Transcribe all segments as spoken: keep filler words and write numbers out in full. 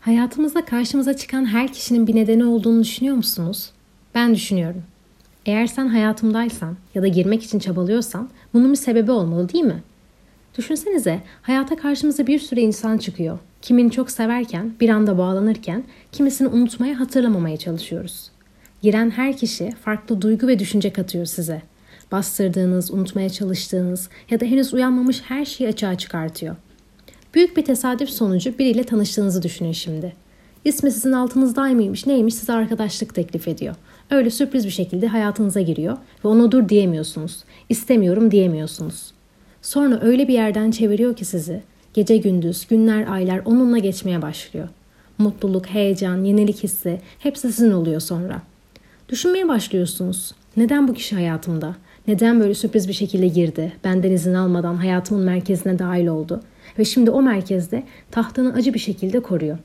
Hayatımızda karşımıza çıkan her kişinin bir nedeni olduğunu düşünüyor musunuz? Ben düşünüyorum. Eğer sen hayatımdaysan ya da girmek için çabalıyorsan bunun bir sebebi olmalı, değil mi? Düşünsenize, hayata karşımıza bir sürü insan çıkıyor. Kimini çok severken, bir anda bağlanırken, kimisini unutmaya, hatırlamamaya çalışıyoruz. Giren her kişi farklı duygu ve düşünce katıyor size. Bastırdığınız, unutmaya çalıştığınız ya da henüz uyanmamış her şeyi açığa çıkartıyor. Büyük bir tesadüf sonucu biriyle tanıştığınızı düşünün şimdi. İsmi sizin altınızdaymış, neymiş, size arkadaşlık teklif ediyor. Öyle sürpriz bir şekilde hayatınıza giriyor ve ona dur diyemiyorsunuz. İstemiyorum diyemiyorsunuz. Sonra öyle bir yerden çeviriyor ki sizi, gece gündüz, günler aylar onunla geçmeye başlıyor. Mutluluk, heyecan, yenilik hissi hepsi sizin oluyor sonra. Düşünmeye başlıyorsunuz. Neden bu kişi hayatımda? Neden böyle sürpriz bir şekilde girdi? Benden izin almadan hayatımın merkezine dahil oldu. Ve şimdi o merkezde tahtını acı bir şekilde koruyor.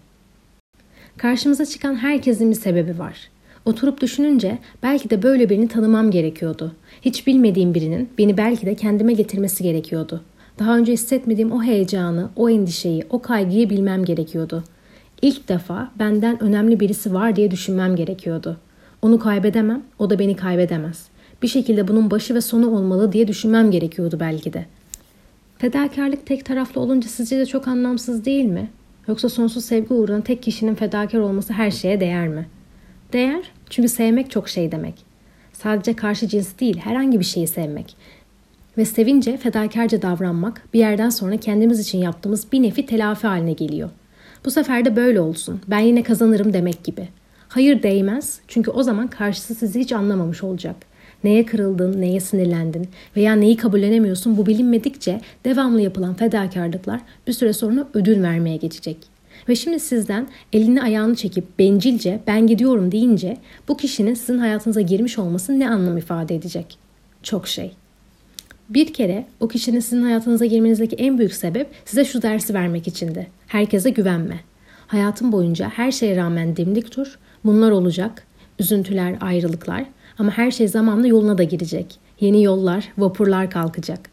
Karşımıza çıkan herkesin bir sebebi var. Oturup düşününce belki de böyle birini tanımam gerekiyordu. Hiç bilmediğim birinin beni belki de kendime getirmesi gerekiyordu. Daha önce hissetmediğim o heyecanı, o endişeyi, o kaygıyı bilmem gerekiyordu. İlk defa benden önemli birisi var diye düşünmem gerekiyordu. Onu kaybedemem, o da beni kaybedemez. Bir şekilde bunun başı ve sonu olmalı diye düşünmem gerekiyordu belki de. Fedakarlık tek taraflı olunca sizce de çok anlamsız değil mi? Yoksa sonsuz sevgi uğruna tek kişinin fedakar olması her şeye değer mi? Değer, çünkü sevmek çok şey demek. Sadece karşı cins değil, herhangi bir şeyi sevmek. Ve sevince fedakarca davranmak bir yerden sonra kendimiz için yaptığımız bir nevi telafi haline geliyor. Bu sefer de böyle olsun, ben yine kazanırım demek gibi. Hayır değmez, çünkü o zaman karşısı sizi hiç anlamamış olacak. Neye kırıldın, neye sinirlendin veya neyi kabullenemiyorsun, bu bilinmedikçe devamlı yapılan fedakarlıklar bir süre sonra ödül vermeye geçecek. Ve şimdi sizden elini ayağını çekip bencilce ben gidiyorum deyince bu kişinin sizin hayatınıza girmiş olması ne anlam ifade edecek? Çok şey. Bir kere o kişinin sizin hayatınıza girmenizdeki en büyük sebep size şu dersi vermek içindi. Herkese güvenme. Hayatın boyunca her şeye rağmen dimdik dur. Bunlar olacak. Üzüntüler, ayrılıklar. Ama her şey zamanla yoluna da girecek. Yeni yollar, vapurlar kalkacak.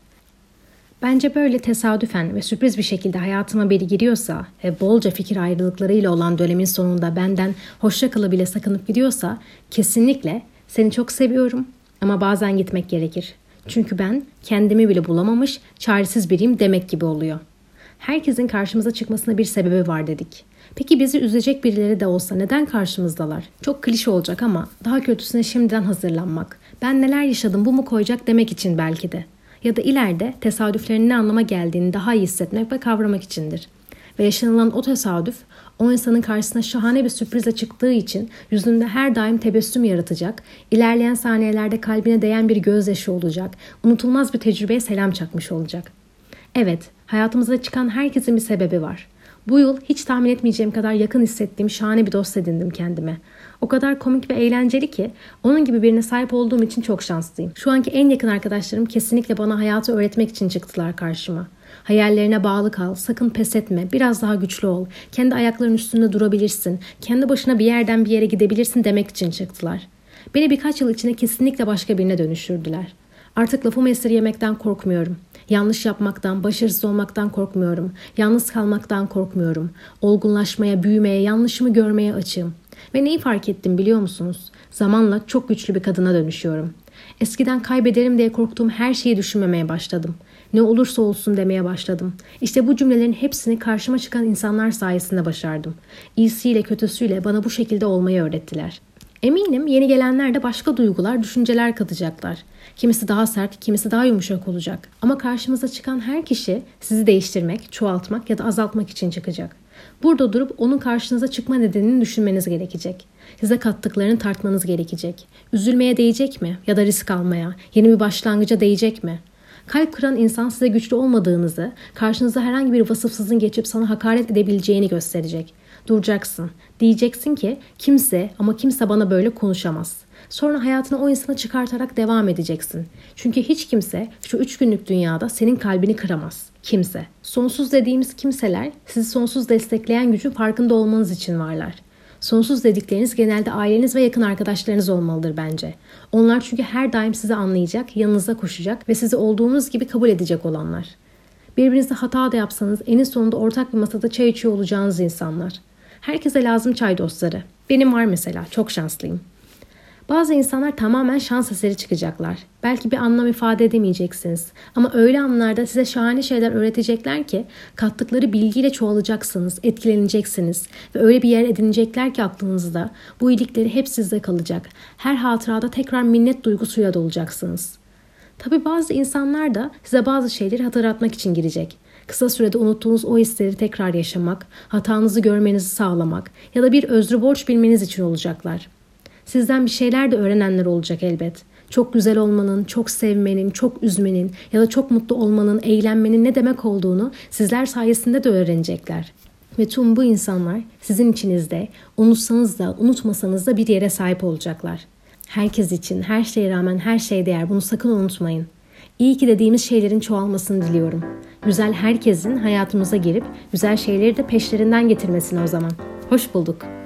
Bence böyle tesadüfen ve sürpriz bir şekilde hayatıma biri giriyorsa ve bolca fikir ayrılıklarıyla olan dönemin sonunda benden hoşça kala bile sakınıp gidiyorsa kesinlikle seni çok seviyorum ama bazen gitmek gerekir. Çünkü ben kendimi bile bulamamış, çaresiz biriyim demek gibi oluyor. Herkesin karşımıza çıkmasına bir sebebi var dedik. Peki bizi üzecek birileri de olsa neden karşımızdalar? Çok klişe olacak ama daha kötüsüne şimdiden hazırlanmak. Ben neler yaşadım, bu mu koyacak demek için belki de. Ya da ileride tesadüflerin ne anlama geldiğini daha iyi hissetmek ve kavramak içindir. Ve yaşanılan o tesadüf o insanın karşısına şahane bir sürprizle çıktığı için yüzünde her daim tebessüm yaratacak, ilerleyen saniyelerde kalbine değen bir gözyaşı olacak, unutulmaz bir tecrübeye selam çakmış olacak. Evet, hayatımıza çıkan herkesin bir sebebi var. Bu yıl hiç tahmin etmeyeceğim kadar yakın hissettiğim şahane bir dost edindim kendime. O kadar komik ve eğlenceli ki onun gibi birine sahip olduğum için çok şanslıyım. Şu anki en yakın arkadaşlarım kesinlikle bana hayatı öğretmek için çıktılar karşıma. Hayallerine bağlı kal, sakın pes etme, biraz daha güçlü ol, kendi ayaklarının üstünde durabilirsin, kendi başına bir yerden bir yere gidebilirsin demek için çıktılar. Beni birkaç yıl içinde kesinlikle başka birine dönüştürdüler. Artık lafımı esirgemekten korkmuyorum. Yanlış yapmaktan, başarısız olmaktan korkmuyorum. Yalnız kalmaktan korkmuyorum. Olgunlaşmaya, büyümeye, yanlışımı görmeye açığım. Ve neyi fark ettim biliyor musunuz? Zamanla çok güçlü bir kadına dönüşüyorum. Eskiden kaybederim diye korktuğum her şeyi düşünmemeye başladım. Ne olursa olsun demeye başladım. İşte bu cümlelerin hepsini karşıma çıkan insanlar sayesinde başardım. İyisiyle kötüsüyle bana bu şekilde olmayı öğrettiler. Eminim yeni gelenler de başka duygular, düşünceler katacaklar. Kimisi daha sert, kimisi daha yumuşak olacak. Ama karşımıza çıkan her kişi sizi değiştirmek, çoğaltmak ya da azaltmak için çıkacak. Burada durup onun karşınıza çıkma nedenini düşünmeniz gerekecek. Size kattıklarını tartmanız gerekecek. Üzülmeye değecek mi? Ya da risk almaya, yeni bir başlangıca değecek mi? Kalp kıran insan size güçlü olmadığınızı, karşınıza herhangi bir vasıfsızın geçip sana hakaret edebileceğini gösterecek. Duracaksın. Diyeceksin ki kimse ama kimse bana böyle konuşamaz. Sonra hayatını o insana çıkartarak devam edeceksin. Çünkü hiç kimse şu üç günlük dünyada senin kalbini kıramaz. Kimse. Sonsuz dediğimiz kimseler sizi sonsuz destekleyen gücün farkında olmanız için varlar. Sonsuz dedikleriniz genelde aileniz ve yakın arkadaşlarınız olmalıdır bence. Onlar çünkü her daim sizi anlayacak, yanınıza koşacak ve sizi olduğunuz gibi kabul edecek olanlar. Birbirinizde hata da yapsanız eninde sonunda ortak bir masada çay içiyor olacağınız insanlar. Herkese lazım çay dostları. Benim var mesela, çok şanslıyım. Bazı insanlar tamamen şans eseri çıkacaklar. Belki bir anlam ifade edemeyeceksiniz. Ama öyle anlarda size şahane şeyler öğretecekler ki kattıkları bilgiyle çoğalacaksınız, etkileneceksiniz. Ve öyle bir yer edinecekler ki aklınızda bu iyilikleri hep sizde kalacak. Her hatırada tekrar minnet duygusuyla dolacaksınız. Tabii bazı insanlar da size bazı şeyleri hatırlatmak için girecek. Kısa sürede unuttuğunuz o hisleri tekrar yaşamak, hatanızı görmenizi sağlamak ya da bir özrü borç bilmeniz için olacaklar. Sizden bir şeyler de öğrenenler olacak elbet. Çok güzel olmanın, çok sevmenin, çok üzmenin ya da çok mutlu olmanın, eğlenmenin ne demek olduğunu sizler sayesinde de öğrenecekler. Ve tüm bu insanlar sizin içinizde, unutsanız da unutmasanız da bir yere sahip olacaklar. Herkes için, her şeye rağmen her şeye değer. Bunu sakın unutmayın. İyi ki dediğimiz şeylerin çoğalmasını diliyorum. Güzel herkesin hayatımıza girip güzel şeyleri de peşlerinden getirmesini o zaman. Hoş bulduk.